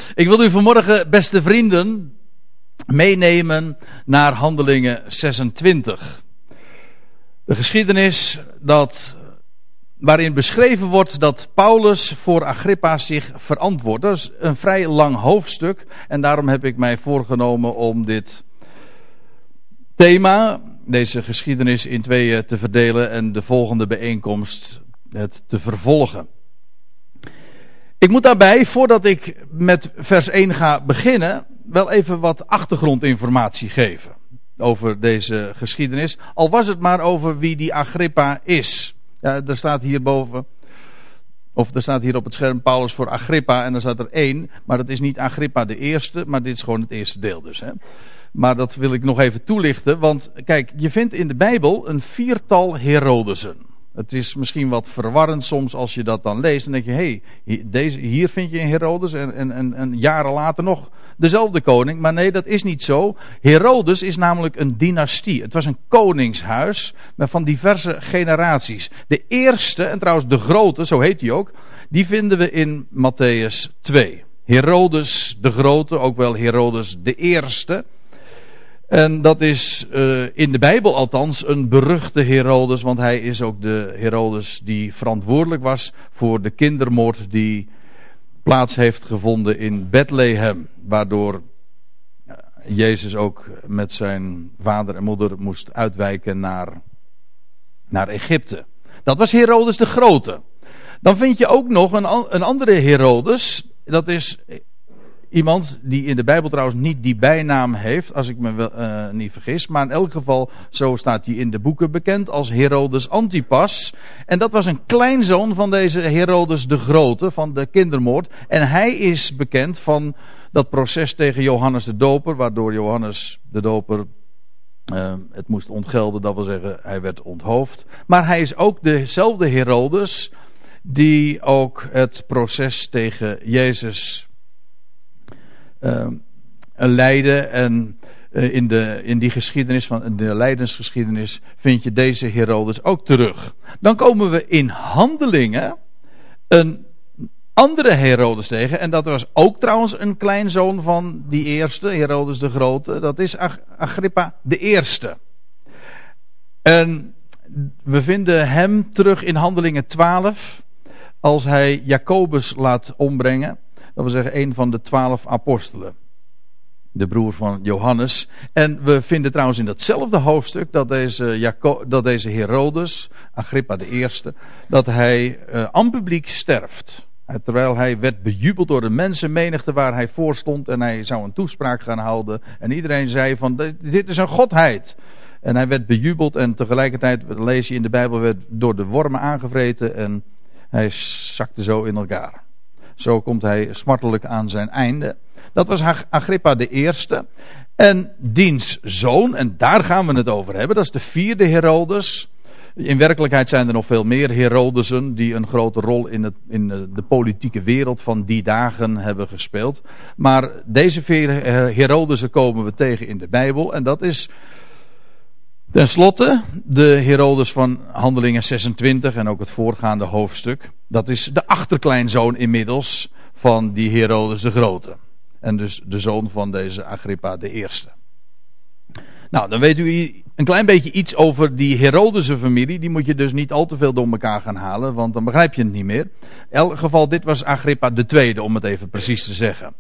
Ik wil u vanmorgen, beste vrienden, meenemen naar Handelingen 26. De geschiedenis waarin beschreven wordt dat Paulus voor Agrippa zich verantwoordt. Dat is een vrij lang hoofdstuk en daarom heb ik mij voorgenomen om dit thema, deze geschiedenis, in tweeën te verdelen en de volgende bijeenkomst het te vervolgen. Ik moet daarbij, voordat ik met vers 1 ga beginnen, wel even wat achtergrondinformatie geven over deze geschiedenis. Al was het maar over wie die Agrippa is. Ja, er staat hierboven, of er staat hier op het scherm Paulus voor Agrippa en er staat er 1, maar dat is niet Agrippa de eerste, maar dit is gewoon het eerste deel dus. Hè. Maar dat wil ik nog even toelichten, want kijk, je vindt in de Bijbel een 4-tal Herodesen. Het is misschien wat verwarrend soms als je dat dan leest. Dan denk je, hier vind je een Herodes en jaren later nog dezelfde koning. Maar nee, dat is niet zo. Herodes is namelijk een dynastie. Het was een koningshuis van diverse generaties. De eerste, en trouwens de grote, zo heet hij ook, die vinden we in Mattheüs 2. Herodes de Grote, ook wel Herodes de Eerste. En dat is in de Bijbel althans een beruchte Herodes, want hij is ook de Herodes die verantwoordelijk was voor de kindermoord die plaats heeft gevonden in Bethlehem, waardoor Jezus ook met zijn vader en moeder moest uitwijken naar Egypte. Dat was Herodes de Grote. Dan vind je ook nog een andere Herodes, dat is iemand die in de Bijbel trouwens niet die bijnaam heeft, als ik me niet vergis. Maar in elk geval, zo staat hij in de boeken bekend als Herodes Antipas. En dat was een kleinzoon van deze Herodes de Grote, van de kindermoord. En hij is bekend van dat proces tegen Johannes de Doper, waardoor Johannes de Doper het moest ontgelden. Dat wil zeggen, hij werd onthoofd. Maar hij is ook dezelfde Herodes die ook het proces tegen Jezus lijden. En in die geschiedenis, van de lijdensgeschiedenis, vind je deze Herodes ook terug. Dan komen we in Handelingen een andere Herodes tegen. En dat was ook trouwens een kleinzoon van die eerste, Herodes de Grote. Dat is Agrippa de Eerste. En we vinden hem terug in Handelingen 12. Als hij Jacobus laat ombrengen. Dat wil zeggen een van de 12 apostelen. De broer van Johannes. En we vinden trouwens in datzelfde hoofdstuk dat deze Herodes, Agrippa de Eerste, dat hij aan publiek sterft. Terwijl hij werd bejubeld door de mensenmenigte waar hij voor stond. En hij zou een toespraak gaan houden. En iedereen zei van, dit is een godheid. En hij werd bejubeld en tegelijkertijd, lees je in de Bijbel, werd door de wormen aangevreten. En hij zakte zo in elkaar. Zo komt hij smartelijk aan zijn einde. Dat was Agrippa de Eerste. En diens zoon, en daar gaan we het over hebben, dat is de 4e Herodes. In werkelijkheid zijn er nog veel meer Herodesen die een grote rol in de politieke wereld van die dagen hebben gespeeld. Maar deze 4 Herodesen komen we tegen in de Bijbel. En dat is ten slotte de Herodes van Handelingen 26 en ook het voorgaande hoofdstuk. Dat is de achterkleinzoon inmiddels van die Herodes de Grote. En dus de zoon van deze Agrippa de Eerste. Nou, dan weet u een klein beetje iets over die Herodese familie. Die moet je dus niet al te veel door elkaar gaan halen, want dan begrijp je het niet meer. In elk geval, dit was Agrippa de Tweede, om het even precies te zeggen.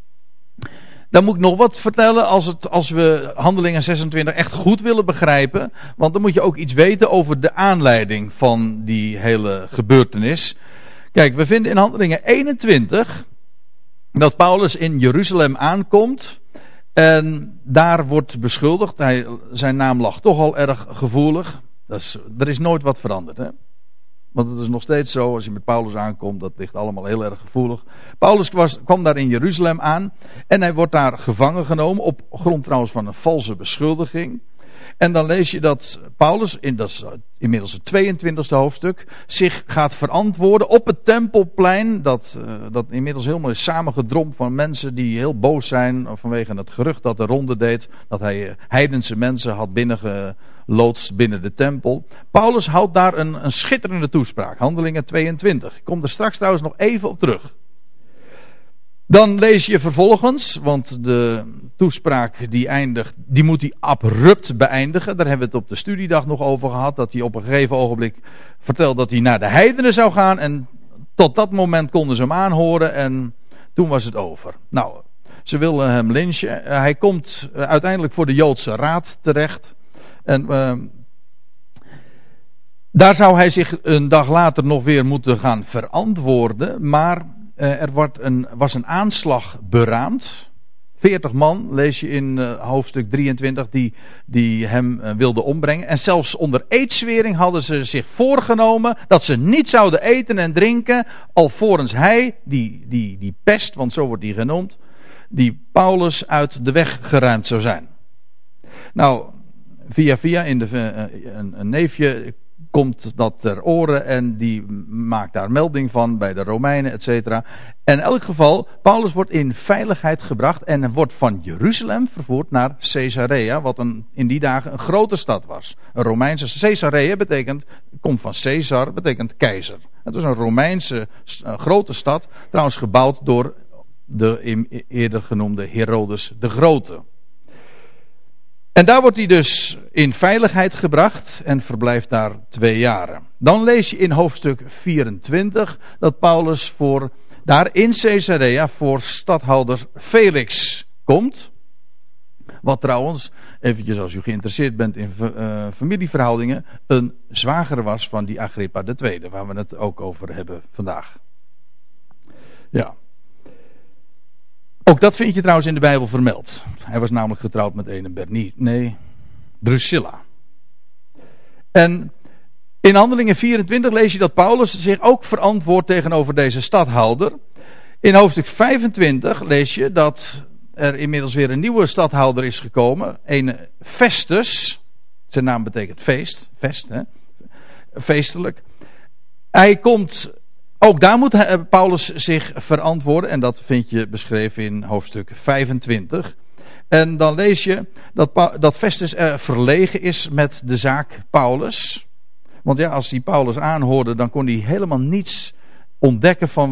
Dan moet ik nog wat vertellen als we Handelingen 26 echt goed willen begrijpen. Want dan moet je ook iets weten over de aanleiding van die hele gebeurtenis. Kijk, we vinden in Handelingen 21 dat Paulus in Jeruzalem aankomt. En daar wordt beschuldigd. Zijn naam lag toch al erg gevoelig. Er is nooit wat veranderd, hè. Want het is nog steeds zo, als je met Paulus aankomt, dat ligt allemaal heel erg gevoelig. Paulus kwam daar in Jeruzalem aan. En hij wordt daar gevangen genomen, op grond trouwens van een valse beschuldiging. En dan lees je dat Paulus, dat is inmiddels het 22e hoofdstuk, zich gaat verantwoorden op het Tempelplein. Dat inmiddels helemaal is samengedromd van mensen die heel boos zijn vanwege het gerucht dat de ronde deed. Dat hij heidense mensen had binnengeloodst binnen de tempel. Paulus houdt daar een schitterende toespraak. Handelingen 22. Ik kom er straks trouwens nog even op terug. Dan lees je vervolgens, want de toespraak die moet hij abrupt beëindigen. Daar hebben we het op de studiedag nog over gehad. Dat hij op een gegeven ogenblik vertelde dat hij naar de heidenen zou gaan. En tot dat moment konden ze hem aanhoren en toen was het over. Nou, ze wilden hem lynchen. Hij komt uiteindelijk voor de Joodse Raad terecht. En daar zou hij zich een dag later nog weer moeten gaan verantwoorden. Maar er was een aanslag beraamd. 40 man, lees je in hoofdstuk 23, die hem wilden ombrengen. En zelfs onder eedzwering hadden ze zich voorgenomen dat ze niet zouden eten en drinken, alvorens hij, die pest, want zo wordt die genoemd, die Paulus uit de weg geruimd zou zijn. Nou, via een neefje komt dat ter oren en die maakt daar melding van bij de Romeinen, et cetera. En in elk geval, Paulus wordt in veiligheid gebracht en wordt van Jeruzalem vervoerd naar Caesarea, wat in die dagen een grote stad was. Een Romeinse Caesarea komt van Caesar, betekent keizer. Het was een Romeinse grote stad, trouwens gebouwd door de eerder genoemde Herodes de Grote. En daar wordt hij dus in veiligheid gebracht en verblijft daar 2 jaren. Dan lees je in hoofdstuk 24 dat Paulus daar in Caesarea voor stadhouder Felix komt. Wat trouwens, eventjes als u geïnteresseerd bent in familieverhoudingen, een zwager was van die Agrippa II, waar we het ook over hebben vandaag. Ja. Ook dat vind je trouwens in de Bijbel vermeld. Hij was namelijk getrouwd met Drusilla. En in Handelingen 24 lees je dat Paulus zich ook verantwoordt tegenover deze stadhouder. In hoofdstuk 25 lees je dat er inmiddels weer een nieuwe stadhouder is gekomen. Een Festus. Zijn naam betekent feest. Feestelijk. Hij komt... Ook daar moet Paulus zich verantwoorden. En dat vind je beschreven in hoofdstuk 25. En dan lees je dat Festus verlegen is met de zaak Paulus. Want ja, als hij Paulus aanhoorde, dan kon hij helemaal niets ontdekken van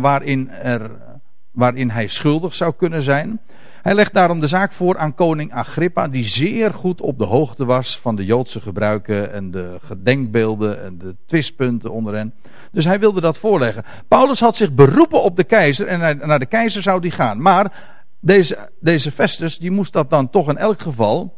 waarin hij schuldig zou kunnen zijn. Hij legt daarom de zaak voor aan koning Agrippa, die zeer goed op de hoogte was van de Joodse gebruiken en de gedenkbeelden en de twistpunten onder hen. Dus hij wilde dat voorleggen. Paulus had zich beroepen op de keizer en naar de keizer zou die gaan. Maar deze Festus, die moest dat dan toch in elk geval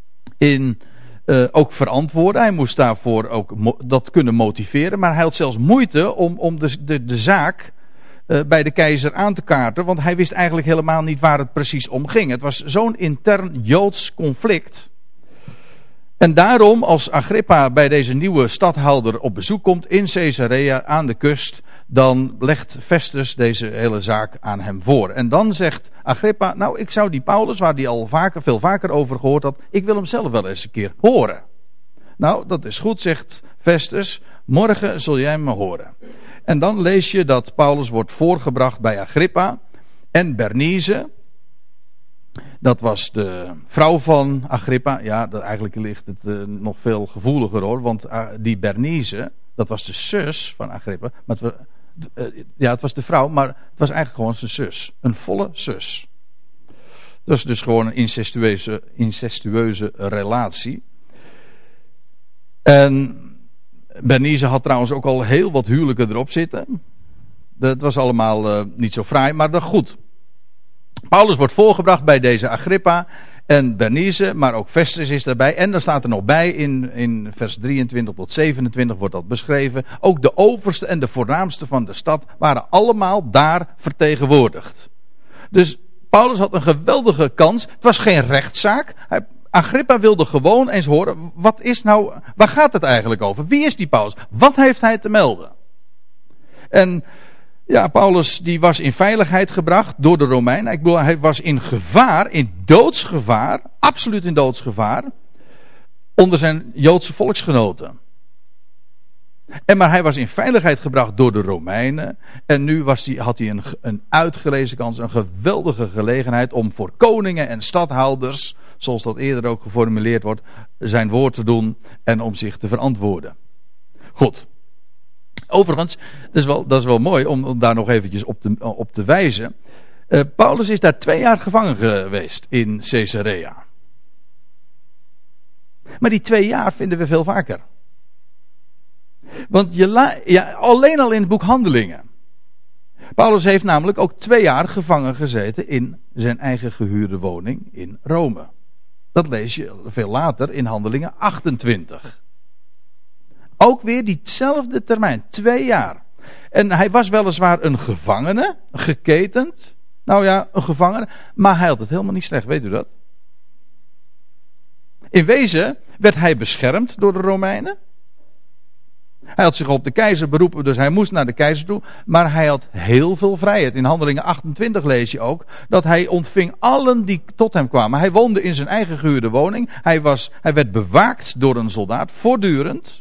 ook verantwoorden. Hij moest daarvoor ook dat kunnen motiveren. Maar hij had zelfs moeite om de zaak bij de keizer aan te kaarten. Want hij wist eigenlijk helemaal niet waar het precies om ging. Het was zo'n intern Joods conflict. En daarom, als Agrippa bij deze nieuwe stadhouder op bezoek komt in Caesarea aan de kust, dan legt Festus deze hele zaak aan hem voor. En dan zegt Agrippa, nou, ik zou die Paulus, waar die al veel vaker over gehoord had, ik wil hem zelf wel eens een keer horen. Nou, dat is goed, zegt Festus, morgen zul jij me horen. En dan lees je dat Paulus wordt voorgebracht bij Agrippa en Bernice. Dat was de vrouw van Agrippa. Ja, eigenlijk ligt het nog veel gevoeliger hoor. Want die Bernice, dat was de zus van Agrippa. Maar het was de vrouw, maar het was eigenlijk gewoon zijn zus. Een volle zus. Dat is dus gewoon een incestueuze relatie. En Bernice had trouwens ook al heel wat huwelijken erop zitten. Dat was allemaal niet zo fraai, maar goed. Paulus wordt voorgebracht bij deze Agrippa en Bernice, maar ook Festus is daarbij. En daar staat er nog bij, in vers 23 tot 27 wordt dat beschreven. Ook de overste en de voornaamste van de stad waren allemaal daar vertegenwoordigd. Dus Paulus had een geweldige kans. Het was geen rechtszaak. Agrippa wilde gewoon eens horen, waar gaat het eigenlijk over? Wie is die Paulus? Wat heeft hij te melden? En ja, Paulus die was in veiligheid gebracht door de Romeinen. Ik bedoel, hij was in gevaar, in doodsgevaar, absoluut in doodsgevaar, onder zijn Joodse volksgenoten. Maar hij was in veiligheid gebracht door de Romeinen. En nu had hij een uitgelezen kans, een geweldige gelegenheid om voor koningen en stadhouders, zoals dat eerder ook geformuleerd wordt, zijn woord te doen en om zich te verantwoorden. Goed. Overigens, dat is wel mooi om daar nog eventjes op te wijzen. Paulus is daar 2 jaar gevangen geweest in Caesarea. Maar die 2 jaar vinden we veel vaker. Want alleen al in het boek Handelingen. Paulus heeft namelijk ook 2 jaar gevangen gezeten in zijn eigen gehuurde woning in Rome. Dat lees je veel later in Handelingen 28. Ook weer diezelfde termijn, 2 jaar. En hij was weliswaar een gevangene, geketend. Nou ja, een gevangene, maar hij had het helemaal niet slecht, weet u dat? In wezen werd hij beschermd door de Romeinen. Hij had zich op de keizer beroepen, dus hij moest naar de keizer toe. Maar hij had heel veel vrijheid. In Handelingen 28 lees je ook dat hij ontving allen die tot hem kwamen. Hij woonde in zijn eigen gehuurde woning. Hij werd bewaakt door een soldaat, voortdurend.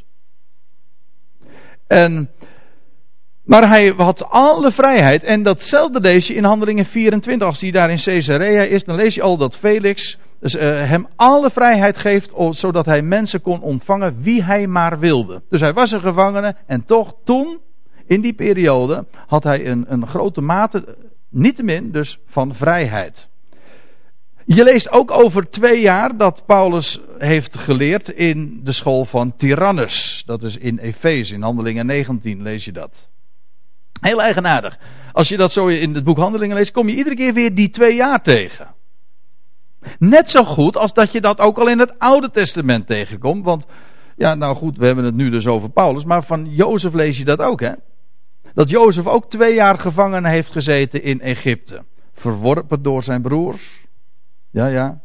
Maar hij had alle vrijheid. En datzelfde lees je in Handelingen 24. Als hij daar in Caesarea is, dan lees je al dat Felix hem alle vrijheid geeft, zodat hij mensen kon ontvangen wie hij maar wilde. Dus hij was een gevangene en toch toen, in die periode, had hij een grote mate, niettemin dus, van vrijheid. Je leest ook over 2 jaar dat Paulus heeft geleerd in de school van Tyrannus. Dat is in Efeze, in Handelingen 19 lees je dat. Heel eigenaardig. Als je dat zo in het boek Handelingen leest, kom je iedere keer weer die 2 jaar tegen. Net zo goed als dat je dat ook al in het Oude Testament tegenkomt. Want, ja, nou goed, we hebben het nu dus over Paulus. Maar van Jozef lees je dat ook, hè? Dat Jozef ook 2 jaar gevangen heeft gezeten in Egypte. Verworpen door zijn broers. Ja.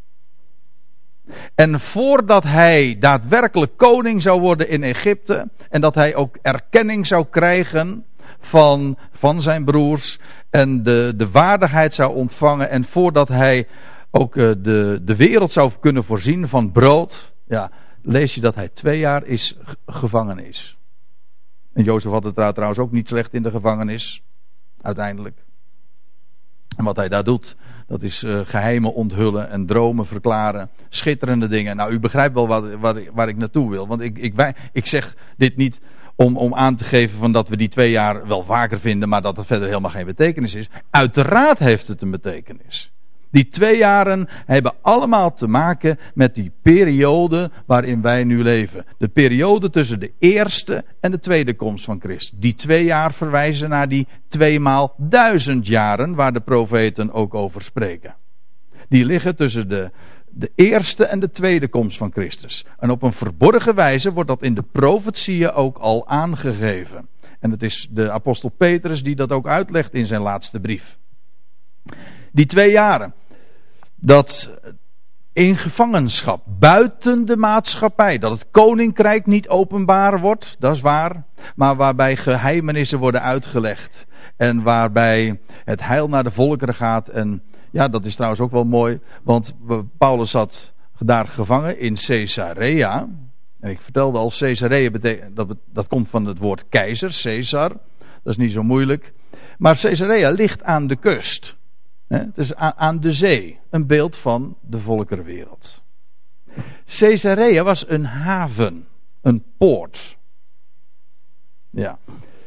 En voordat hij daadwerkelijk koning zou worden in Egypte. En dat hij ook erkenning zou krijgen van zijn broers. En de waardigheid zou ontvangen. En voordat hij ook de wereld zou kunnen voorzien van brood. Ja, lees je dat hij 2 jaar gevangen is. En Jozef had het daar trouwens ook niet slecht in de gevangenis. Uiteindelijk. En wat hij daar doet, dat is geheimen onthullen en dromen verklaren. Schitterende dingen. Nou, u begrijpt wel waar ik naartoe wil. Want ik zeg dit niet om aan te geven van dat we die 2 jaar wel vaker vinden, maar dat er verder helemaal geen betekenis is. Uiteraard heeft het een betekenis. Die 2 jaren hebben allemaal te maken met die periode waarin wij nu leven. De periode tussen de eerste en de tweede komst van Christus. Die 2 jaar verwijzen naar die 2 maal 1000 jaren waar de profeten ook over spreken. Die liggen tussen de eerste en de tweede komst van Christus. En op een verborgen wijze wordt dat in de profetieën ook al aangegeven. En het is de apostel Petrus die dat ook uitlegt in zijn laatste brief. Die 2 jaren, dat in gevangenschap, buiten de maatschappij, dat het koninkrijk niet openbaar wordt, dat is waar, maar waarbij geheimenissen worden uitgelegd en waarbij het heil naar de volkeren gaat. En ja, dat is trouwens ook wel mooi, want Paulus zat daar gevangen in Caesarea. En ik vertelde al, Caesarea dat komt van het woord keizer, Caesar, dat is niet zo moeilijk. Maar Caesarea ligt aan de kust. Het is aan de zee, een beeld van de volkerenwereld. Caesarea was een haven, een poort. Ja.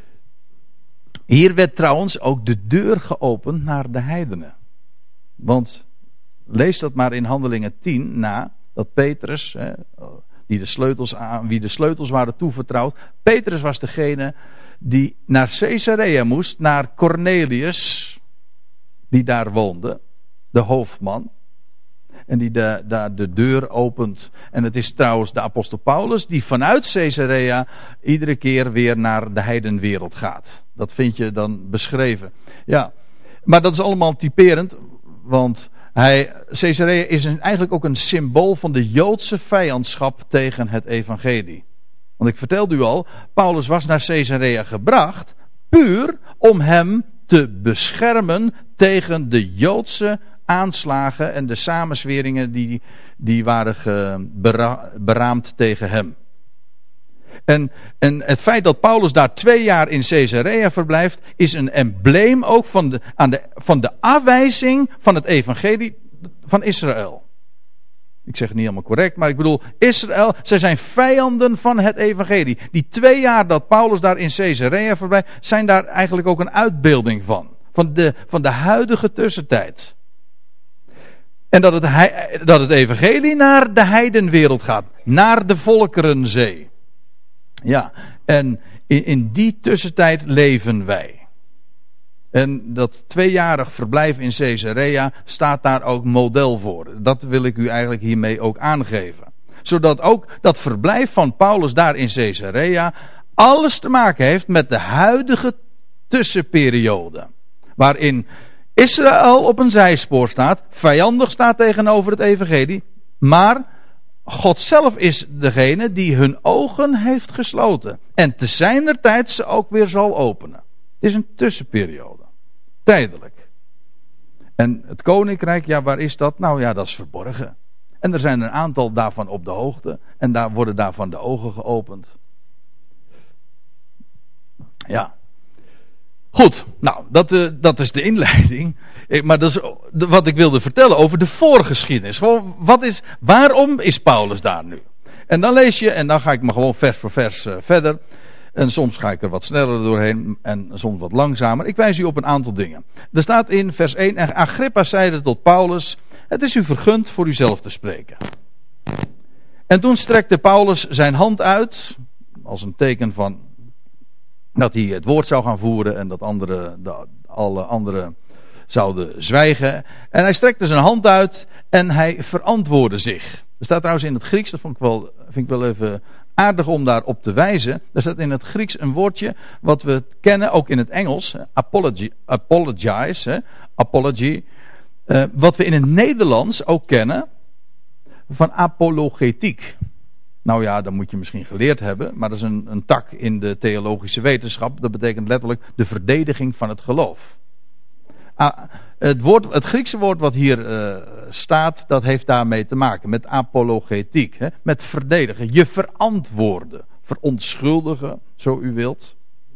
Hier werd trouwens ook de deur geopend naar de heidenen. Want lees dat maar in Handelingen 10 na, dat Petrus, wie de sleutels waren toevertrouwd. Petrus was degene die naar Caesarea moest, naar Cornelius, die daar woonde, de hoofdman. En die daar de deur opent. En het is trouwens de apostel Paulus die vanuit Caesarea iedere keer weer naar de heidenwereld gaat. Dat vind je dan beschreven. Ja, maar dat is allemaal typerend. Want Caesarea is eigenlijk ook een symbool van de Joodse vijandschap tegen het evangelie. Want ik vertelde u al, Paulus was naar Caesarea gebracht puur om hem te beschermen tegen de Joodse aanslagen en de samenzweringen die waren beraamd tegen hem. En het feit dat Paulus daar 2 jaar in Caesarea verblijft, is een embleem ook van de afwijzing van het evangelie van Israël. Ik zeg het niet helemaal correct, maar ik bedoel, Israël, zij zijn vijanden van het evangelie. Die 2 jaar dat Paulus daar in Caesarea verblijft, zijn daar eigenlijk ook een uitbeelding van. Van de huidige tussentijd. En dat het evangelie naar de heidenwereld gaat. Naar de volkerenzee. Ja, en in die tussentijd leven wij. En dat 2-jarig verblijf in Caesarea staat daar ook model voor. Dat wil ik u eigenlijk hiermee ook aangeven. Zodat ook dat verblijf van Paulus daar in Caesarea alles te maken heeft met de huidige tussenperiode. Waarin Israël op een zijspoor staat, vijandig staat tegenover het evangelie, maar God zelf is degene die hun ogen heeft gesloten. En te zijner tijd ze ook weer zal openen. Het is een tussenperiode. Tijdelijk. En het koninkrijk, ja, waar is dat? Nou ja, dat is verborgen. En er zijn een aantal daarvan op de hoogte. En daar worden daarvan de ogen geopend. Ja. Goed, nou, dat is de inleiding. Maar dat is wat ik wilde vertellen over de voorgeschiedenis. Gewoon, waarom is Paulus daar nu? En dan lees je, en dan ga ik maar gewoon vers voor vers verder. En soms ga ik er wat sneller doorheen en soms wat langzamer. Ik wijs u op een aantal dingen. Er staat in vers 1, en Agrippa zeide tot Paulus: het is u vergund voor uzelf te spreken. En toen strekte Paulus zijn hand uit, als een teken van dat hij het woord zou gaan voeren en dat alle anderen zouden zwijgen. En hij strekte zijn hand uit en hij verantwoordde zich. Er staat trouwens in het Grieks, dat vind ik wel even aardig om daarop te wijzen. Er staat in het Grieks een woordje wat we kennen, ook in het Engels, apology. Wat we in het Nederlands ook kennen van apologetiek. Nou ja, dat moet je misschien geleerd hebben, maar dat is een tak in de theologische wetenschap. Dat betekent letterlijk de verdediging van het geloof. Het Griekse woord wat hier staat, dat heeft daarmee te maken met apologetiek. Met verdedigen, je verantwoorden, verontschuldigen, zo u wilt.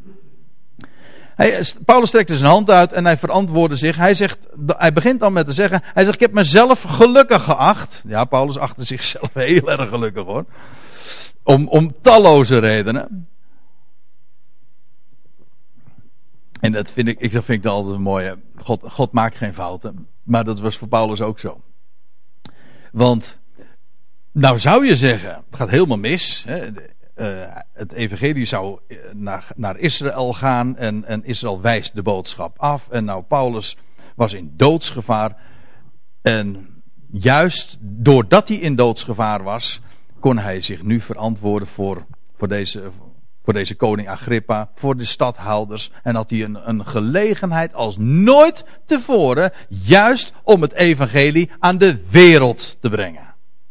Paulus strekte zijn hand uit en hij verantwoordde zich. Hij begint dan met te zeggen, hij zegt: ik heb mezelf gelukkig geacht. Ja, Paulus achtte zichzelf heel erg gelukkig hoor. Om talloze redenen. En dat vind ik altijd een mooie. God maakt geen fouten. Maar dat was voor Paulus ook zo. Want, nou zou je zeggen, het gaat helemaal mis. Hè? Het evangelie zou naar Israël gaan en Israël wijst de boodschap af. En nou, Paulus was in doodsgevaar. En juist doordat hij in doodsgevaar was, kon hij zich nu verantwoorden voor deze koning Agrippa, voor de stadhouders. En had hij een gelegenheid als nooit tevoren, juist om het evangelie aan de wereld te brengen.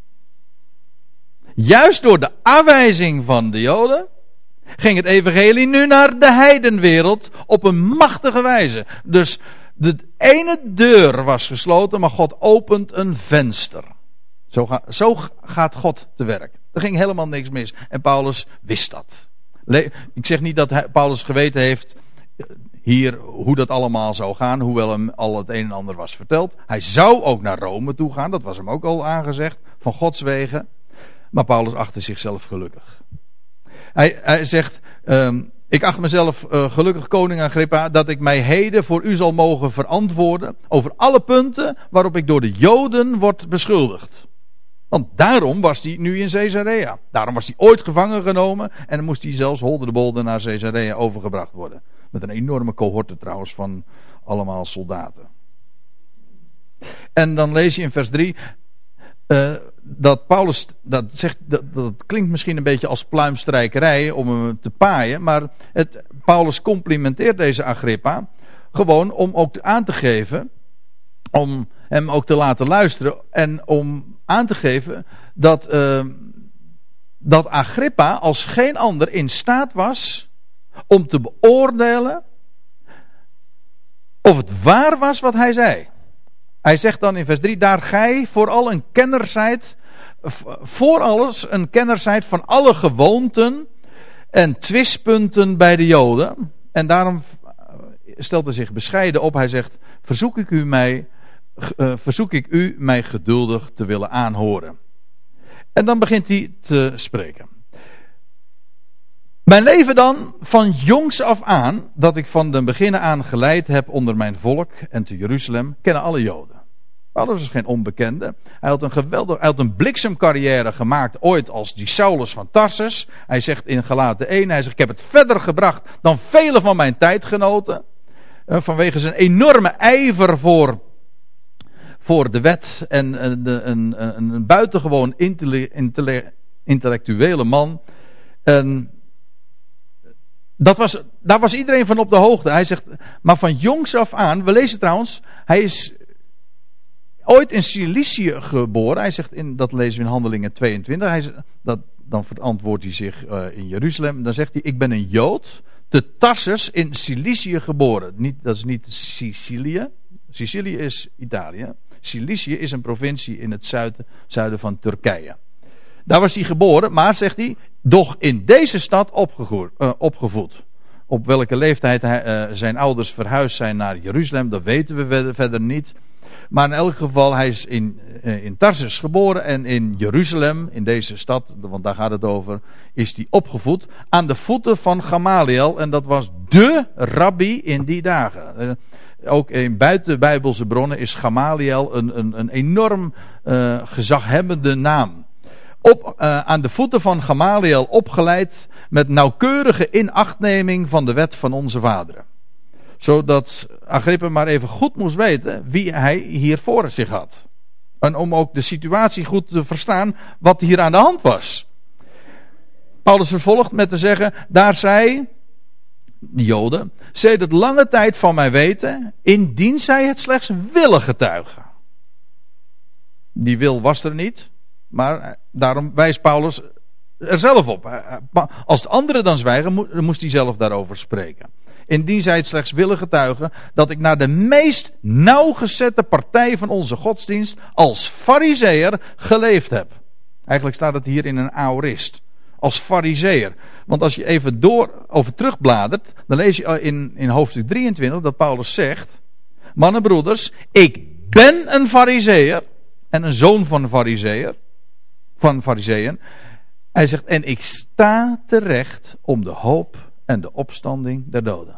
Juist door de afwijzing van de Joden ging het evangelie nu naar de heidenwereld op een machtige wijze. Dus de ene deur was gesloten, maar God opent een venster. Zo gaat God te werk. Er ging helemaal niks mis. En Paulus wist dat. Ik zeg niet dat Paulus geweten heeft hier hoe dat allemaal zou gaan, hoewel hem al het een en ander was verteld. Hij zou ook naar Rome toe gaan, dat was hem ook al aangezegd, van Gods wegen. Maar Paulus achtte zichzelf gelukkig. Hij zegt: ik acht mezelf gelukkig, koning Agrippa, dat ik mij heden voor u zal mogen verantwoorden over alle punten waarop ik door de Joden word beschuldigd. Want daarom was hij nu in Caesarea. Daarom was hij ooit gevangen genomen en dan moest hij zelfs holderdebolder naar Caesarea overgebracht worden. Met een enorme cohorte trouwens van allemaal soldaten. En dan lees je in vers 3... dat Paulus dat zegt, dat klinkt misschien een beetje als pluimstrijkerij om hem te paaien, maar Paulus complimenteert deze Agrippa gewoon om ook aan te geven, om hem ook te laten luisteren en om aan te geven dat Agrippa als geen ander in staat was om te beoordelen of het waar was wat hij zei. Hij zegt dan in vers 3, daar gij vooral een kenner zijt, voor alles een kenner zijt van alle gewoonten en twistpunten bij de Joden. En daarom stelt hij zich bescheiden op. Hij zegt, verzoek ik u mij geduldig te willen aanhoren. En dan begint hij te spreken. Mijn leven dan, van jongs af aan, dat ik van den beginnen aan geleid heb onder mijn volk en te Jeruzalem, kennen alle Joden. Paulus is geen onbekende. Hij had een bliksemcarrière gemaakt ooit als die Saulus van Tarsus. Hij zegt in Galaten 1, hij zegt, ik heb het verder gebracht dan vele van mijn tijdgenoten. Vanwege zijn enorme ijver voor de wet en een buitengewoon intellectuele man. En daar was iedereen van op de hoogte. Hij zegt, maar van jongs af aan, we lezen trouwens, hij is ooit in Cilicië geboren. Hij zegt, dat lezen we in Handelingen 22. Dan verantwoordt hij zich in Jeruzalem. Dan zegt hij, ik ben een Jood, te Tarsus in Cilicië geboren. Dat is niet Sicilië. Sicilië is Italië. Cilicië is een provincie in het zuiden van Turkije. Daar was hij geboren, maar zegt hij, doch in deze stad opgevoed. Op welke leeftijd zijn ouders verhuisd zijn naar Jeruzalem, dat weten we verder niet. Maar in elk geval, hij is in Tarsus geboren en in Jeruzalem, in deze stad, want daar gaat het over, is hij opgevoed aan de voeten van Gamaliel. En dat was dé rabbi in die dagen. Ook in buitenbijbelse bronnen is Gamaliel een enorm gezaghebbende naam. Aan de voeten van Gamaliel opgeleid met nauwkeurige inachtneming van de wet van onze vaderen. Zodat Agrippa maar even goed moest weten wie hij hier voor zich had. En om ook de situatie goed te verstaan wat hier aan de hand was. Paulus vervolgt met te zeggen, daar zij, de Joden, sedert lange tijd van mij weten, indien zij het slechts willen getuigen. Die wil was er niet, maar daarom wijst Paulus er zelf op. Als de anderen dan zwijgen, moest hij zelf daarover spreken. Indien zij het slechts willen getuigen, dat ik naar de meest nauwgezette partij van onze godsdienst als farizeeër geleefd heb. Eigenlijk staat het hier in een aorist. Als farizeeër. Want als je even over terugbladert, dan lees je in hoofdstuk 23 dat Paulus zegt, mannen broeders, ik ben een farizeeër en een zoon van een farizeeën. Hij zegt, en ik sta terecht om de hoop en de opstanding der doden.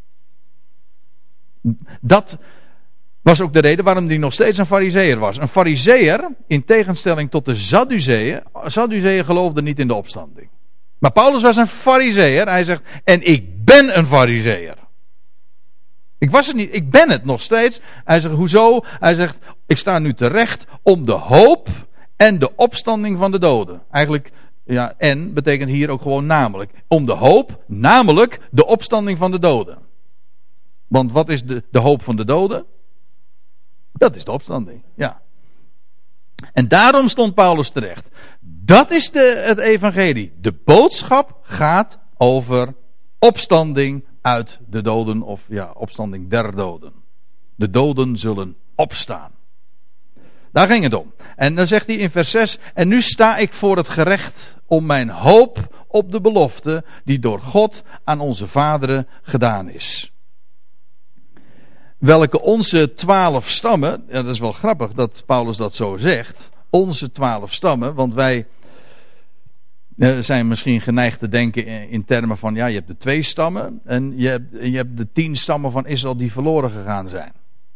Dat was ook de reden waarom hij nog steeds een farizeeër was. Een farizeeër, in tegenstelling tot de Sadduceeën. Sadduceeën geloofden niet in de opstanding. Maar Paulus was een farizeeër. Hij zegt, en ik ben een farizeeër. Ik was het niet, ik ben het nog steeds. Hij zegt, hoezo? Hij zegt, ik sta nu terecht om de hoop en de opstanding van de doden. Eigenlijk, ja, en betekent hier ook gewoon namelijk. Om de hoop, namelijk de opstanding van de doden. Want wat is de hoop van de doden? Dat is de opstanding, ja. En daarom stond Paulus terecht. Dat is het evangelie. De boodschap gaat over opstanding uit de doden, of ja, opstanding der doden. De doden zullen opstaan. Daar ging het om. En dan zegt hij in vers 6, en nu sta ik voor het gerecht om mijn hoop op de belofte die door God aan onze vaderen gedaan is. Welke onze 12 stammen, ja, dat is wel grappig dat Paulus dat zo zegt, onze 12 stammen, want wij zijn misschien geneigd te denken in termen van, ja, je hebt de 2 stammen en je hebt de 10 stammen van Israël die verloren gegaan zijn.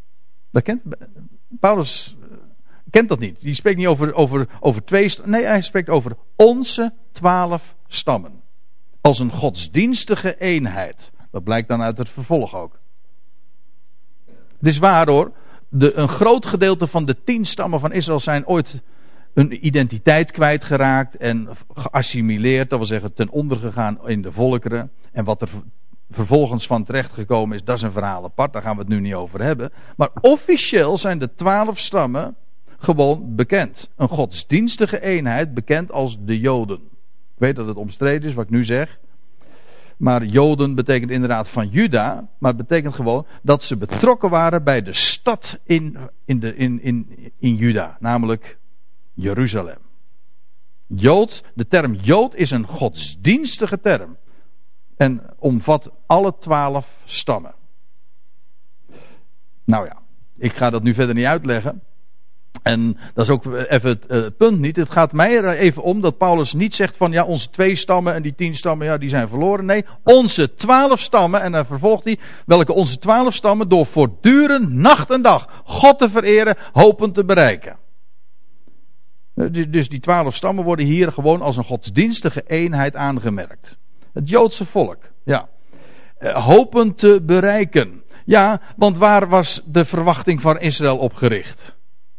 Paulus kent dat niet. Die spreekt niet over 2 stammen. Nee, hij spreekt over onze 12 stammen. Als een godsdienstige eenheid. Dat blijkt dan uit het vervolg ook. Het is waar hoor. Een groot gedeelte van de 10 stammen van Israël zijn ooit hun identiteit kwijtgeraakt en geassimileerd. Dat wil zeggen ten onder gegaan in de volkeren. En wat er vervolgens van terecht gekomen is, dat is een verhaal apart. Daar gaan we het nu niet over hebben. Maar officieel zijn de 12 stammen gewoon bekend. Een godsdienstige eenheid bekend als de Joden. Ik weet dat het omstreden is wat ik nu zeg. Maar Joden betekent inderdaad van Juda. Maar het betekent gewoon dat ze betrokken waren bij de stad in Juda. Namelijk Jeruzalem. De term Jood is een godsdienstige term. En omvat alle 12 stammen. Nou ja, ik ga dat nu verder niet uitleggen. En dat is ook even het punt niet. Het gaat mij er even om dat Paulus niet zegt van ja, onze 2 stammen en die 10 stammen, ja, die zijn verloren. Nee, onze 12 stammen, en dan vervolgt hij, welke onze 12 stammen door voortdurend nacht en dag God te vereren, hopen te bereiken. Dus die 12 stammen worden hier gewoon als een godsdienstige eenheid aangemerkt. Het Joodse volk, ja. Hopen te bereiken. Ja, want waar was de verwachting van Israël op gericht?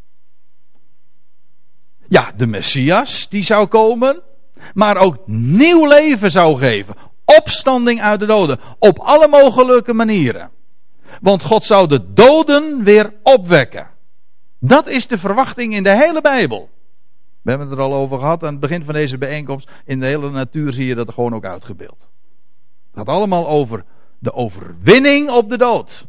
Ja, de Messias die zou komen, maar ook nieuw leven zou geven. Opstanding uit de doden. Op alle mogelijke manieren. Want God zou de doden weer opwekken. Dat is de verwachting in de hele Bijbel. We hebben het er al over gehad aan het begin van deze bijeenkomst. In de hele natuur zie je dat er gewoon ook uitgebeeld. Het gaat allemaal over de overwinning op de dood.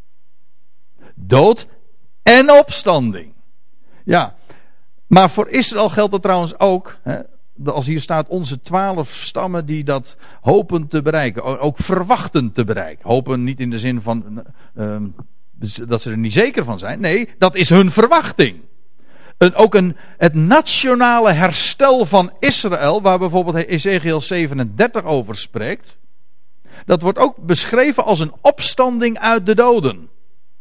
Dood en opstanding. Ja. Maar voor Israël geldt dat trouwens ook. Hè, als hier staat onze 12 stammen die dat hopen te bereiken. Ook verwachten te bereiken. Hopen niet in de zin van dat ze er niet zeker van zijn. Nee, dat is hun verwachting. Het nationale herstel van Israël, waar bijvoorbeeld Ezekiel 37 over spreekt. Dat wordt ook beschreven als een opstanding uit de doden.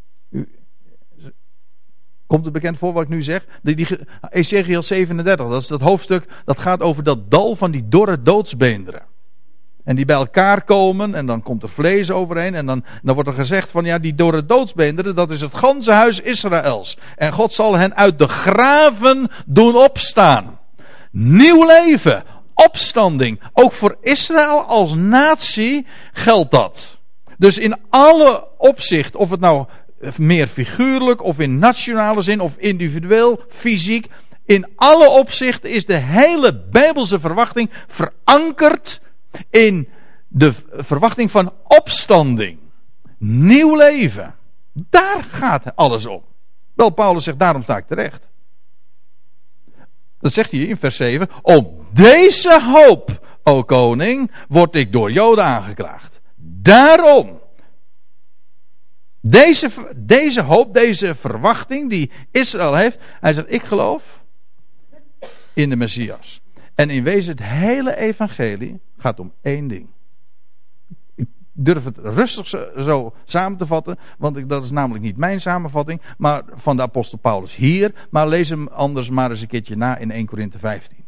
Komt het bekend voor wat ik nu zeg? Ezekiel 37, dat is dat hoofdstuk dat gaat over dat dal van die dorre doodsbeenderen. En die bij elkaar komen en dan komt er vlees overheen. En dan wordt er gezegd van ja, die dorre doodsbeenderen, dat is het ganse huis Israëls. En God zal hen uit de graven doen opstaan. Nieuw leven, opstanding. Ook voor Israël als natie geldt dat. Dus in alle opzicht, of het nou meer figuurlijk of in nationale zin of individueel, fysiek. In alle opzichten is de hele Bijbelse verwachting verankerd in de verwachting van opstanding. Nieuw leven. Daar gaat alles om. Wel, Paulus zegt, daarom sta ik terecht. Dat zegt hij in vers 7. Op deze hoop, o koning, word ik door Joden aangeklaagd. Daarom. Deze hoop, deze verwachting die Israël heeft. Hij zegt, ik geloof in de Messias. En in wezen het hele evangelie gaat om één ding. Ik durf het rustig zo samen te vatten. Want dat is namelijk niet mijn samenvatting. Maar van de apostel Paulus hier. Maar lees hem anders maar eens een keertje na in 1 Korinthe 15.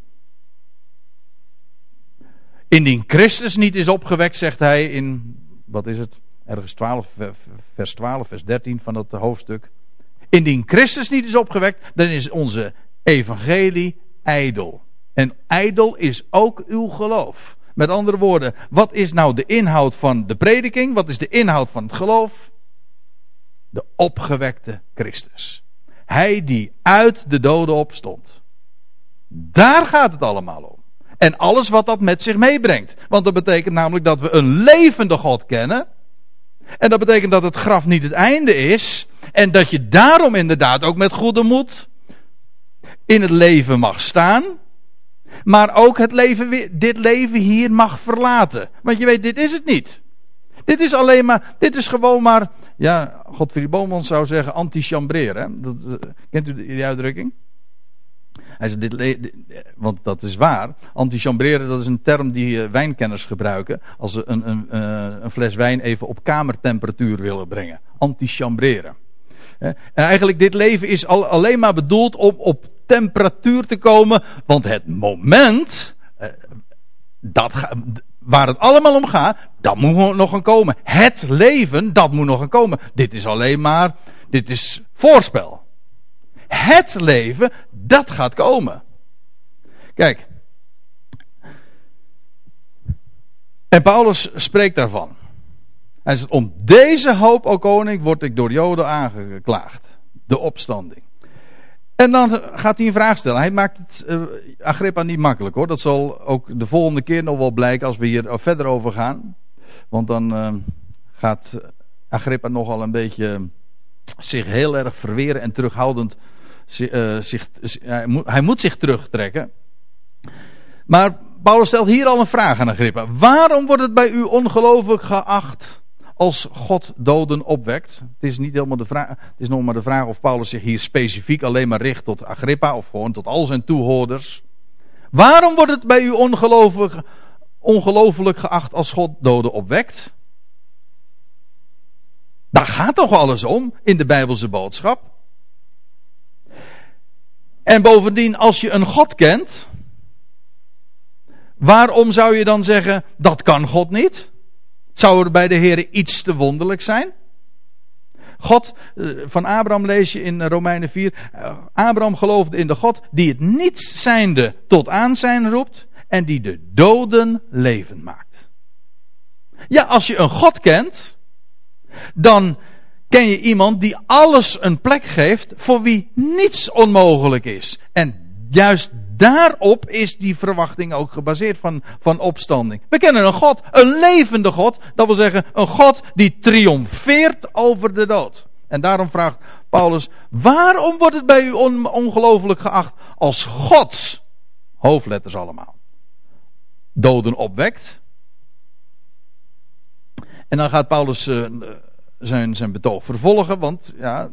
Indien Christus niet is opgewekt, zegt hij in, wat is het? Ergens vers 12, vers 13 van dat hoofdstuk. Indien Christus niet is opgewekt, dan is onze evangelie ijdel. En ijdel is ook uw geloof. Met andere woorden, wat is nou de inhoud van de prediking? Wat is de inhoud van het geloof? De opgewekte Christus. Hij die uit de doden opstond. Daar gaat het allemaal om. En alles wat dat met zich meebrengt. Want dat betekent namelijk dat we een levende God kennen. En dat betekent dat het graf niet het einde is. En dat je daarom inderdaad ook met goede moed in het leven mag staan. Maar ook dit leven hier mag verlaten. Want je weet, dit is het niet. Dit is gewoon maar, ja, Godfried Bomans zou zeggen antichambreren. Kent u die uitdrukking? Hij zegt, want dat is waar. Antichambreren, dat is een term die wijnkenners gebruiken. Als ze een fles wijn even op kamertemperatuur willen brengen. Antichambreren. En eigenlijk dit leven is alleen maar bedoeld om op temperatuur te komen. Want het moment waar het allemaal om gaat, dat moet nog gaan komen. Het leven, dat moet nog gaan komen. Dit is voorspel. Het leven, dat gaat komen. Kijk. En Paulus spreekt daarvan. Hij zegt, om deze hoop, o koning, word ik door Joden aangeklaagd. De opstanding. En dan gaat hij een vraag stellen. Hij maakt het Agrippa niet makkelijk hoor. Dat zal ook de volgende keer nog wel blijken als we hier verder over gaan. Want dan gaat Agrippa nogal een beetje zich heel erg verweren en terughoudend. Hij moet zich terugtrekken. Maar Paulus stelt hier al een vraag aan Agrippa. Waarom wordt het bij u ongelooflijk geacht als God doden opwekt? Het is niet helemaal de vraag. Het is nog maar de vraag of Paulus zich hier specifiek alleen maar richt tot Agrippa of gewoon tot al zijn toehoorders. Waarom wordt het bij u ongelooflijk geacht als God doden opwekt? Daar gaat toch alles om in de Bijbelse boodschap. En bovendien, als je een God kent, waarom zou je dan zeggen, dat kan God niet? Zou er bij de Heer iets te wonderlijk zijn? God, van Abraham lees je in Romeinen 4. Abraham geloofde in de God die het niets zijnde tot aanzijn roept en die de doden levend maakt. Ja, als je een God kent, dan ken je iemand die alles een plek geeft voor wie niets onmogelijk is. En juist daarop is die verwachting ook gebaseerd van opstanding. We kennen een God, een levende God. Dat wil zeggen, een God die triomfeert over de dood. En daarom vraagt Paulus, waarom wordt het bij u ongelooflijk geacht als God, hoofdletters allemaal, doden opwekt? En dan gaat Paulus zijn betoog vervolgen, want ja,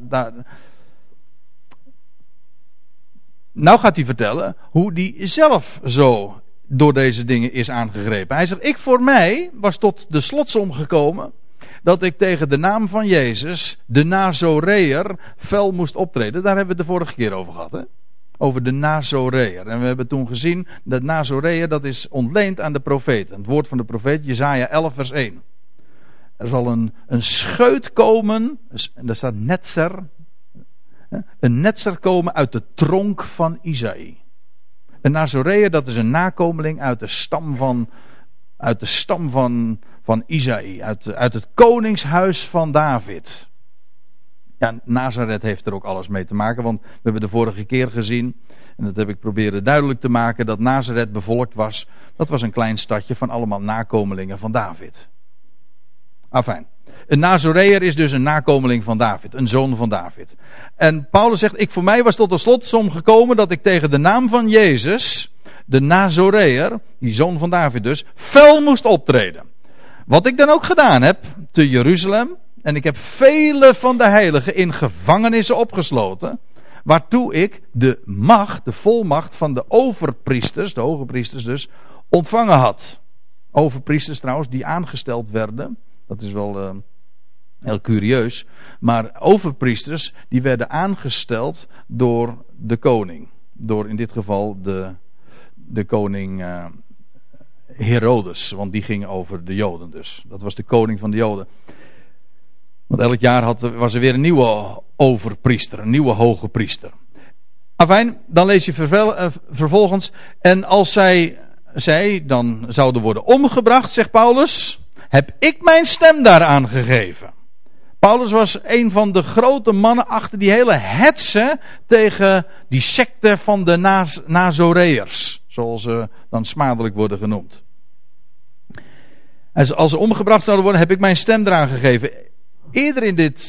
nou gaat hij vertellen hoe hij zelf zo door deze dingen is aangegrepen. Hij zegt, ik voor mij was tot de slotsom gekomen dat ik tegen de naam van Jezus, de Nazoreër, fel moest optreden. Daar hebben we het de vorige keer over gehad, hè? Over de Nazoreër. En we hebben toen gezien dat Nazoreër, dat is ontleend aan de profeten. Het woord van de profeet, Jesaja 11 vers 1. Er zal een scheut komen, en daar staat netzer. Een netzer komen uit de tronk van Isaïe. Een Nazoreër, dat is een nakomeling uit de stam van Isaïe. Uit het koningshuis van David. Ja, Nazareth heeft er ook alles mee te maken. Want we hebben de vorige keer gezien, en dat heb ik proberen duidelijk te maken, dat Nazareth bevolkt was. Dat was een klein stadje van allemaal nakomelingen van David. Afijn. Een Nazoreër is dus een nakomeling van David, een zoon van David. En Paulus zegt, ik voor mij was tot de slotsom gekomen dat ik tegen de naam van Jezus, de Nazoreër, die zoon van David dus, fel moest optreden. Wat ik dan ook gedaan heb te Jeruzalem, en ik heb vele van de heiligen in gevangenissen opgesloten, waartoe ik de macht, de volmacht van de overpriesters, de hoge priesters dus, ontvangen had. Overpriesters trouwens, die aangesteld werden. Dat is wel heel curieus. Maar overpriesters die werden aangesteld door de koning. Door in dit geval de koning Herodes. Want die ging over de Joden dus. Dat was de koning van de Joden. Want elk jaar was er weer een nieuwe overpriester. Een nieuwe hoge priester. Afijn, dan lees je vervolgens. En als zij dan zouden worden omgebracht, zegt Paulus, heb ik mijn stem daaraan gegeven. Paulus was een van de grote mannen achter die hele hetze tegen die secte van de Nazoreërs. Zoals ze dan smadelijk worden genoemd. En als ze omgebracht zouden worden, heb ik mijn stem eraan gegeven. Eerder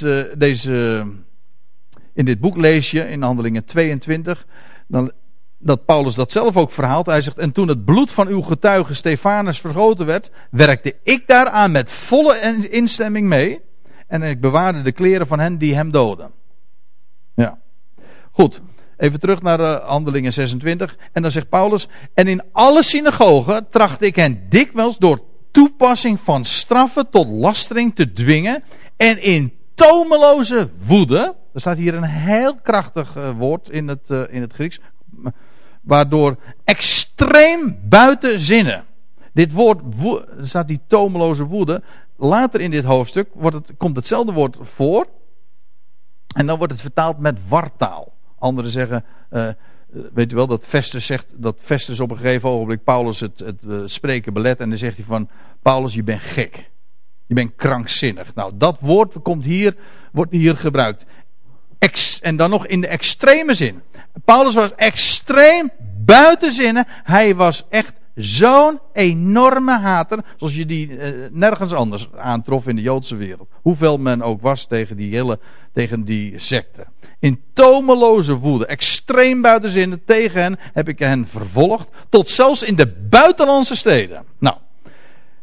in dit boek lees je, in Handelingen 22, dat Paulus dat zelf ook verhaalt. Hij zegt, en toen het bloed van uw getuige Stefanus vergoten werd, werkte ik daaraan met volle instemming mee. En ik bewaarde de kleren van hen die hem doden. Ja. Goed, even terug naar Handelingen 26. En dan zegt Paulus, en in alle synagogen tracht ik hen dikwijls door toepassing van straffen tot lastering te dwingen. En in tomeloze woede, er staat hier een heel krachtig woord in het Grieks, waardoor extreem buiten zinnen. Dit woord, er staat die tomeloze woede. Later in dit hoofdstuk komt hetzelfde woord voor. En dan wordt het vertaald met wartaal. Anderen zeggen, weet u wel, dat Festus op een gegeven ogenblik Paulus het spreken belet. En dan zegt hij van, Paulus, je bent gek. Je bent krankzinnig. Nou, dat woord wordt hier gebruikt. En dan nog in de extreme zin. Paulus was extreem buiten zinnen. Hij was echt zo'n enorme hater, zoals je die nergens anders aantrof in de Joodse wereld. Hoeveel men ook was tegen die secte. In tomeloze woede, extreem buiten zinnen, tegen hen heb ik hen vervolgd, tot zelfs in de buitenlandse steden. Nou,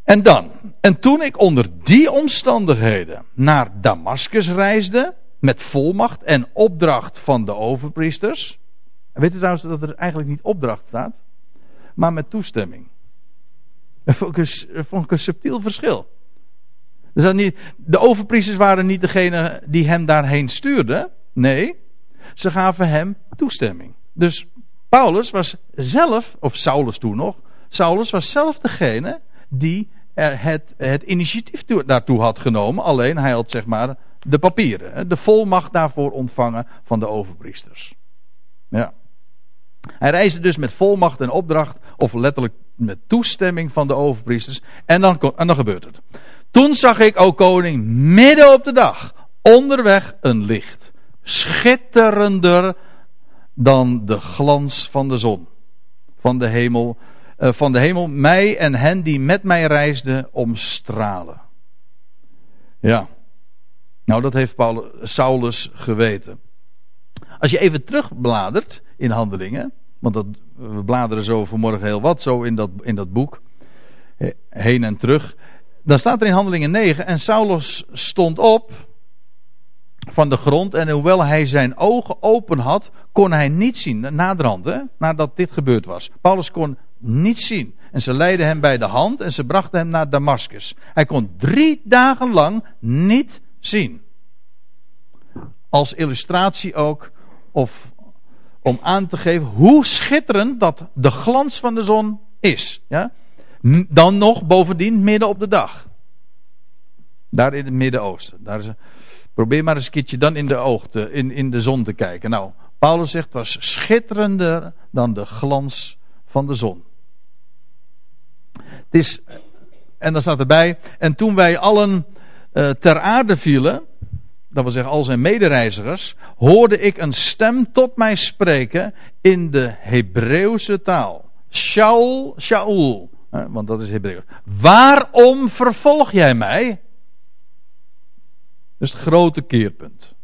En toen ik onder die omstandigheden naar Damaskus reisde, met volmacht en opdracht van de overpriesters. En weet u trouwens dat er eigenlijk niet opdracht staat, maar met toestemming. Dat vond ik een subtiel verschil. Dus de overpriesters waren niet degene die hem daarheen stuurden. Nee, ze gaven hem toestemming. Dus Paulus was zelf, of Saulus toen nog, Saulus was zelf degene die het initiatief daartoe had genomen. Alleen hij had zeg maar de papieren, de volmacht daarvoor ontvangen van de overpriesters. Ja. Hij reisde dus met volmacht en opdracht, of letterlijk met toestemming van de overpriesters. En dan gebeurt het. Toen zag ik, o koning, midden op de dag, onderweg een licht, schitterender dan de glans van de zon, van de hemel, mij en hen die met mij reisden omstralen. Ja, nou dat heeft Saulus geweten. Als je even terugbladert in Handelingen, want we bladeren zo vanmorgen heel wat zo in dat boek, heen en terug. Dan staat er in Handelingen 9, en Saulus stond op van de grond en hoewel hij zijn ogen open had, kon hij niet zien. Naderhand, nadat dit gebeurd was. Paulus kon niet zien. En ze leidden hem bij de hand en ze brachten hem naar Damaskus. Hij kon 3 dagen lang niet zien. Als illustratie ook, of om aan te geven hoe schitterend dat de glans van de zon is. Ja? Dan nog bovendien midden op de dag. Daar in het Midden-Oosten. Probeer maar eens een keertje dan in de zon te kijken. Nou, Paulus zegt het was schitterender dan de glans van de zon. Het is, en dan staat erbij, en toen wij allen ter aarde vielen, dat wil zeggen al zijn medereizigers, hoorde ik een stem tot mij spreken in de Hebreeuwse taal. Shaul, Shaul, want dat is Hebreeuws. Waarom vervolg jij mij? Dat is het grote keerpunt.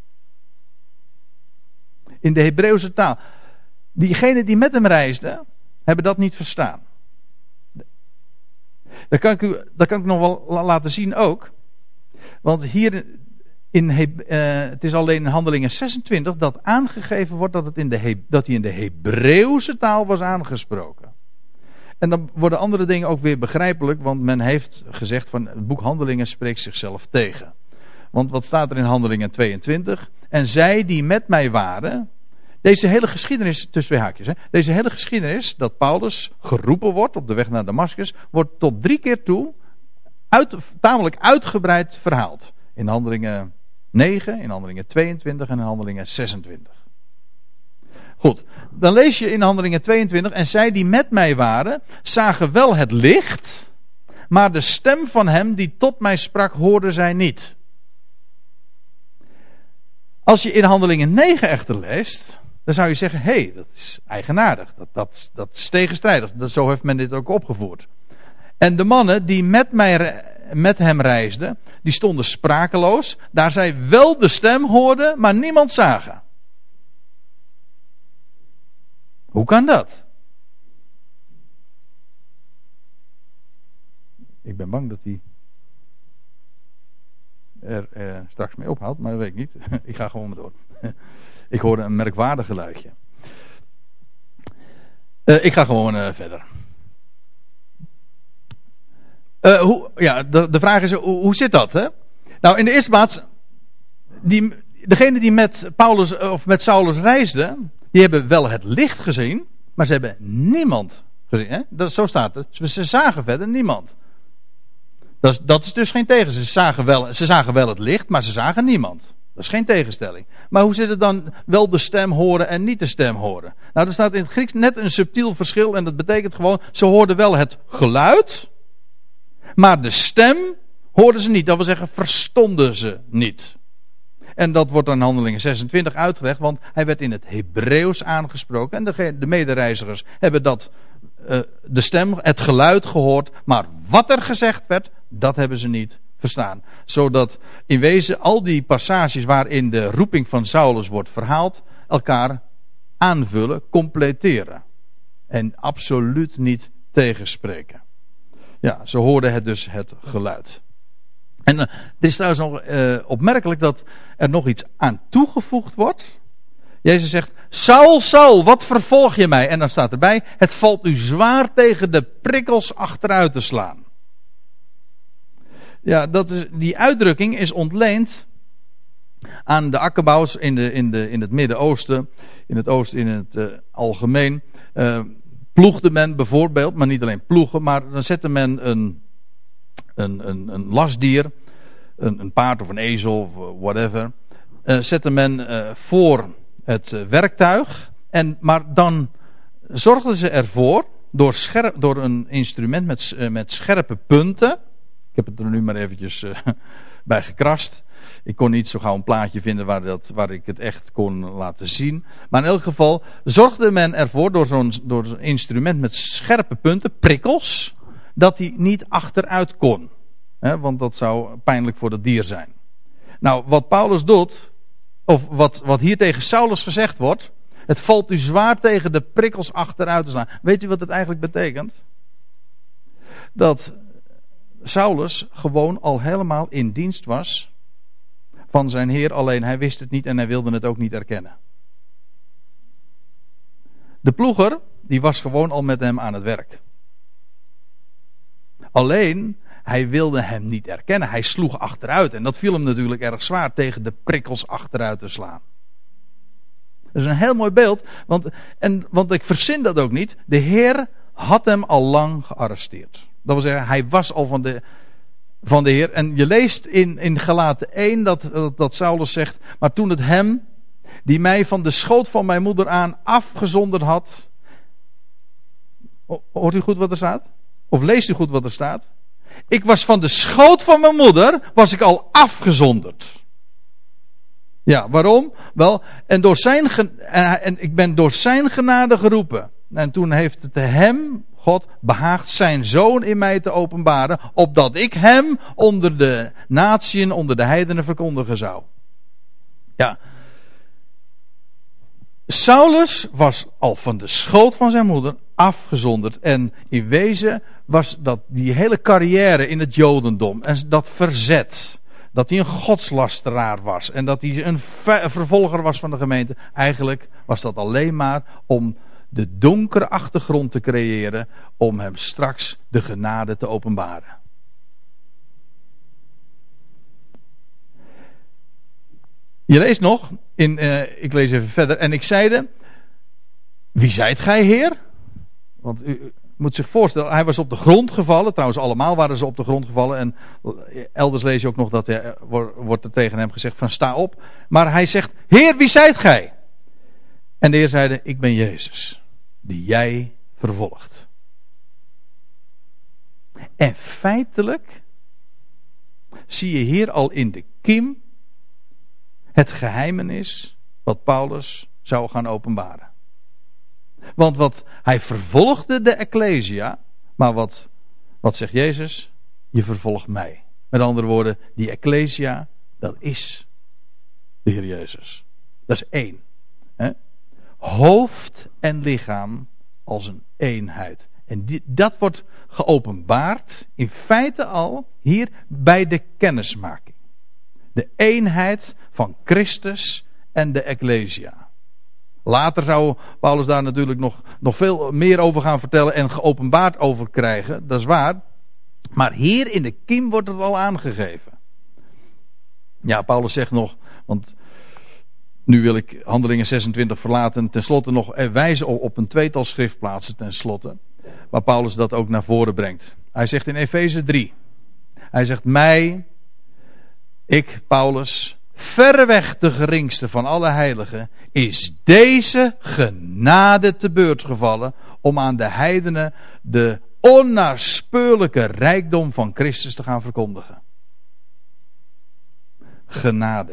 In de Hebreeuwse taal. Diegenen die met hem reisden, hebben dat niet verstaan. Dat kan ik nog wel laten zien ook. Want hier het is alleen in Handelingen 26 dat aangegeven wordt dat hij in de Hebreeuwse taal was aangesproken. En dan worden andere dingen ook weer begrijpelijk, want men heeft gezegd van het boek Handelingen spreekt zichzelf tegen. Want wat staat er in Handelingen 22? En zij die met mij waren. Deze hele geschiedenis, tussen 2 haakjes. Deze hele geschiedenis dat Paulus geroepen wordt op de weg naar Damaskus, wordt tot 3 keer toe tamelijk uitgebreid verhaald. In Handelingen 9, in Handelingen 22 en in Handelingen 26. Goed, dan lees je in Handelingen 22. En zij die met mij waren, zagen wel het licht, maar de stem van hem die tot mij sprak, hoorden zij niet. Als je in Handelingen 9 echter leest, dan zou je zeggen, hé, dat is eigenaardig. Dat is tegenstrijdig. Zo heeft men dit ook opgevoerd. En de mannen die met hem reisden, die stonden sprakeloos, daar zij wel de stem hoorden, maar niemand zagen. Hoe kan dat? Ik ben bang dat hij er straks mee ophoudt, maar dat weet ik niet. Ik ga gewoon door. Ik hoorde een merkwaardig geluidje. Ik ga gewoon verder. De vraag is, hoe zit dat? Hè? Nou, in de eerste plaats, degene die met Paulus of met Saulus reisden, die hebben wel het licht gezien, maar ze hebben niemand gezien. Hè? Zo staat het. Ze zagen verder niemand. Dat is dus geen tegenstelling. Ze zagen wel het licht, maar ze zagen niemand. Dat is geen tegenstelling. Maar hoe zit het dan wel de stem horen en niet de stem horen? Nou, er staat in het Grieks net een subtiel verschil en dat betekent gewoon, ze hoorden wel het geluid, maar de stem hoorden ze niet. Dat wil zeggen, verstonden ze niet. En dat wordt dan in Handelingen 26 uitgelegd, want hij werd in het Hebreeuws aangesproken. En de medereizigers hebben de stem, het geluid gehoord. Maar wat er gezegd werd, dat hebben ze niet verstaan. Zodat in wezen al die passages waarin de roeping van Saulus wordt verhaald, elkaar aanvullen, completeren. En absoluut niet tegenspreken. Ja, ze hoorden het geluid. En het is trouwens nog opmerkelijk dat er nog iets aan toegevoegd wordt. Jezus zegt, Saul, Saul, wat vervolg je mij? En dan staat erbij, het valt u zwaar tegen de prikkels achteruit te slaan. Ja, die uitdrukking is ontleend aan de akkerbouwers in het Midden-Oosten, in het Oosten in het algemeen. Ploegde men bijvoorbeeld, maar niet alleen ploegen, maar dan zette men een lastdier, een paard of een ezel of whatever, zette men voor het werktuig. Maar dan zorgden ze ervoor, door een instrument met scherpe punten. Ik heb het er nu maar eventjes bij gekrast. Ik kon niet zo gauw een plaatje vinden waar ik het echt kon laten zien. Maar in elk geval zorgde men ervoor, door zo'n instrument met scherpe punten, prikkels, dat hij niet achteruit kon. Want dat zou pijnlijk voor het dier zijn. Nou, wat Paulus doet, of wat hier tegen Saulus gezegd wordt, het valt u zwaar tegen de prikkels achteruit te slaan. Weet u wat het eigenlijk betekent? Dat Saulus gewoon al helemaal in dienst was van zijn Heer, alleen hij wist het niet en hij wilde het ook niet erkennen. De ploeger, die was gewoon al met hem aan het werk. Alleen, hij wilde hem niet erkennen. Hij sloeg achteruit en dat viel hem natuurlijk erg zwaar tegen de prikkels achteruit te slaan. Dat is een heel mooi beeld, want ik verzin dat ook niet. De Heer had hem al lang gearresteerd. Dat wil zeggen, hij was al van de Heer. En je leest in Galaten 1 dat Saulus zegt, maar toen het hem, die mij van de schoot van mijn moeder aan afgezonderd had. Hoort u goed wat er staat? Of leest u goed wat er staat? Ik was van de schoot van mijn moeder, was ik al afgezonderd. Ja, waarom? Wel, en ik ben door zijn genade geroepen. En toen heeft het hem, God, behaagd zijn zoon in mij te openbaren, opdat ik hem onder de natieën, onder de heidenen verkondigen zou. Ja. Saulus was al van de schoot van zijn moeder afgezonderd. En in wezen was dat die hele carrière in het Jodendom en dat verzet, dat hij een godslasteraar was en dat hij een vervolger was van de gemeente. Eigenlijk was dat alleen maar om de donkere achtergrond te creëren, om hem straks de genade te openbaren. Je leest nog, ik lees even verder, en ik zeide, wie zijt gij, Heer? Want u moet zich voorstellen, hij was op de grond gevallen. Trouwens, allemaal waren ze op de grond gevallen. En elders lees je ook nog dat wordt er tegen hem gezegd van sta op. Maar hij zegt, Heer, wie zijt gij? En de Heer zeide, ik ben Jezus, die jij vervolgt. En feitelijk zie je hier al in de kiem het geheimenis wat Paulus zou gaan openbaren. Want hij vervolgde de Ecclesia, maar wat zegt Jezus? Je vervolgt mij. Met andere woorden, die Ecclesia, dat is de Heer Jezus. Dat is één. Hè? Hoofd en lichaam als een eenheid. En dat wordt geopenbaard in feite al hier bij de kennismaking. De eenheid van Christus en de Ecclesia. Later zou Paulus daar natuurlijk nog veel meer over gaan vertellen en geopenbaard over krijgen. Dat is waar. Maar hier in de kiem wordt het al aangegeven. Ja, Paulus zegt nog, want nu wil ik Handelingen 26 verlaten. Ten slotte nog wijzen op een tweetal schriftplaatsen ten slotte. Waar Paulus dat ook naar voren brengt. Hij zegt in Efeze 3. Hij zegt mij, ik Paulus, verreweg de geringste van alle heiligen, is deze genade te beurt gevallen om aan de heidenen de onnaspeurlijke rijkdom van Christus te gaan verkondigen. Genade.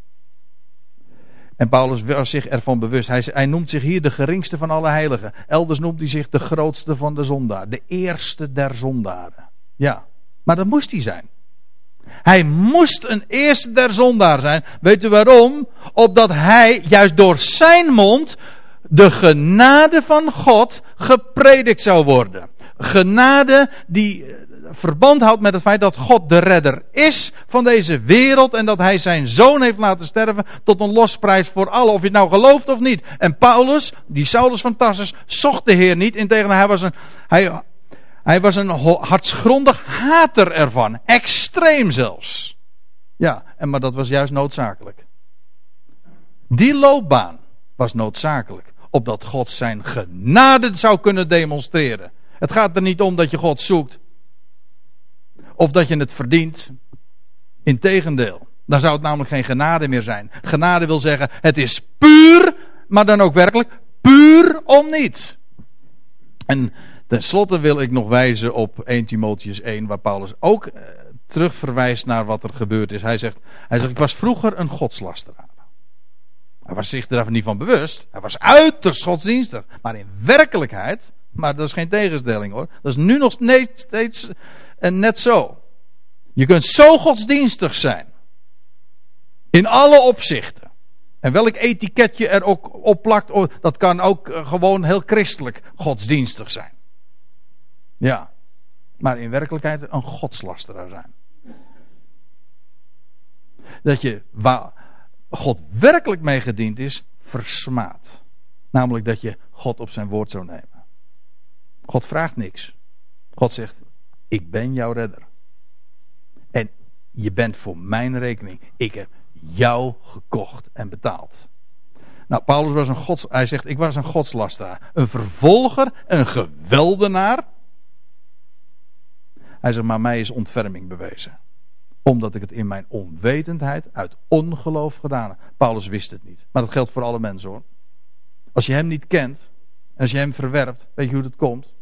En Paulus was zich ervan bewust. Hij noemt zich hier de geringste van alle heiligen. Elders noemt hij zich de grootste van de zondaar. De eerste der zondaren. Ja, maar dat moest hij zijn. Hij moest een eerste der zondaar zijn. Weet u waarom? Opdat hij, juist door zijn mond, de genade van God gepredikt zou worden. genade die verband houdt met het feit dat God de redder is van deze wereld en dat hij zijn zoon heeft laten sterven tot een losprijs voor allen, of je het nou gelooft of niet. En Paulus, die Saulus van Tarsus, zocht de Heer niet, integendeel hij was een hartsgrondig hater ervan, extreem zelfs. Ja, maar dat was juist noodzakelijk. Die loopbaan was noodzakelijk, opdat God zijn genade zou kunnen demonstreren. Het gaat er niet om dat je God zoekt, of dat je het verdient. Integendeel, dan zou het namelijk geen genade meer zijn. Genade wil zeggen, het is puur, maar dan ook werkelijk puur om niets. En ten slotte wil ik nog wijzen op 1 Timotheüs 1, waar Paulus ook terug verwijst naar wat er gebeurd is. Hij zegt, ik was vroeger een godslasteraar. Hij was zich er niet van bewust. Hij was uiterst godsdienstig. Maar in werkelijkheid, maar dat is geen tegenstelling hoor. Dat is nu nog steeds net zo. Je kunt zo godsdienstig zijn. In alle opzichten. En welk etiket je er ook op plakt, dat kan ook gewoon heel christelijk godsdienstig zijn. Ja. Maar in werkelijkheid een godslasteraar zijn. Dat je waar God werkelijk mee gediend is, versmaadt. Namelijk dat je God op zijn woord zou nemen. God vraagt niks. God zegt, ik ben jouw redder. En je bent voor mijn rekening. Ik heb jou gekocht en betaald. Nou, Paulus was hij zegt, ik was een godslasteraar. Een vervolger, een geweldenaar. Hij zegt, maar mij is ontferming bewezen. Omdat ik het in mijn onwetendheid uit ongeloof gedaan heb. Paulus wist het niet. Maar dat geldt voor alle mensen hoor. Als je hem niet kent. En als je hem verwerpt. Weet je hoe dat komt?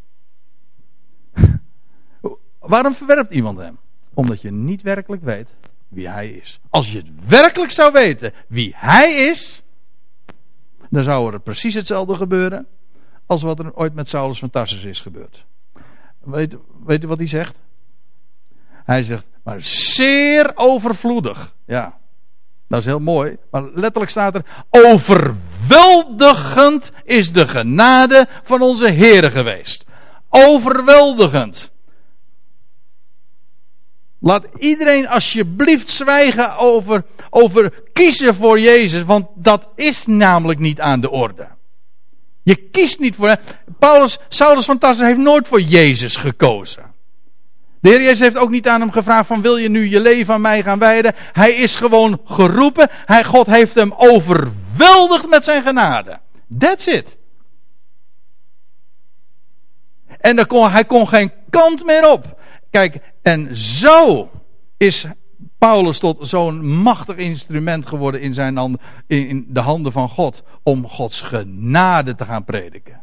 Waarom verwerpt iemand hem? Omdat je niet werkelijk weet wie hij is. Als je het werkelijk zou weten wie hij is. Dan zou er precies hetzelfde gebeuren. Als wat er ooit met Saulus van Tarsus is gebeurd. Weet u wat hij zegt? Hij zegt, maar zeer overvloedig. Ja, dat is heel mooi. Maar letterlijk staat er, overweldigend is de genade van onze Heere geweest. Overweldigend. Laat iedereen alsjeblieft zwijgen over kiezen voor Jezus. Want dat is namelijk niet aan de orde. Je kiest niet voor hem. Saulus van Tarsus heeft nooit voor Jezus gekozen. De Heer Jezus heeft ook niet aan hem gevraagd van wil je nu je leven aan mij gaan wijden. Hij is gewoon geroepen. God heeft hem overweldigd met zijn genade. That's it. En hij kon geen kant meer op. Kijk, en zo is Paulus tot zo'n machtig instrument geworden in de handen van God. Om Gods genade te gaan prediken.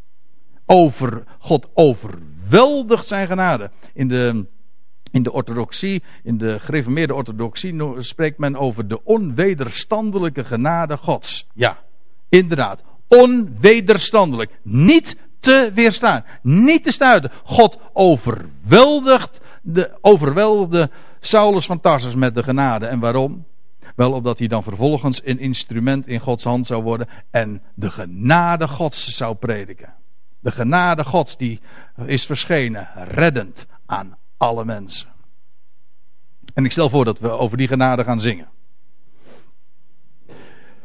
God overweldigt zijn genade. In de orthodoxie, in de gereformeerde orthodoxie spreekt men over de onwederstandelijke genade Gods. Ja, inderdaad. Onwederstandelijk. Niet te weerstaan. Niet te stuiten. God overweldigde Saulus van Tarsus met de genade. En waarom? Wel, opdat hij dan vervolgens een instrument in Gods hand zou worden en de genade Gods zou prediken. De genade Gods die is verschenen, reddend aan alle mensen. En ik stel voor dat we over die genade gaan zingen.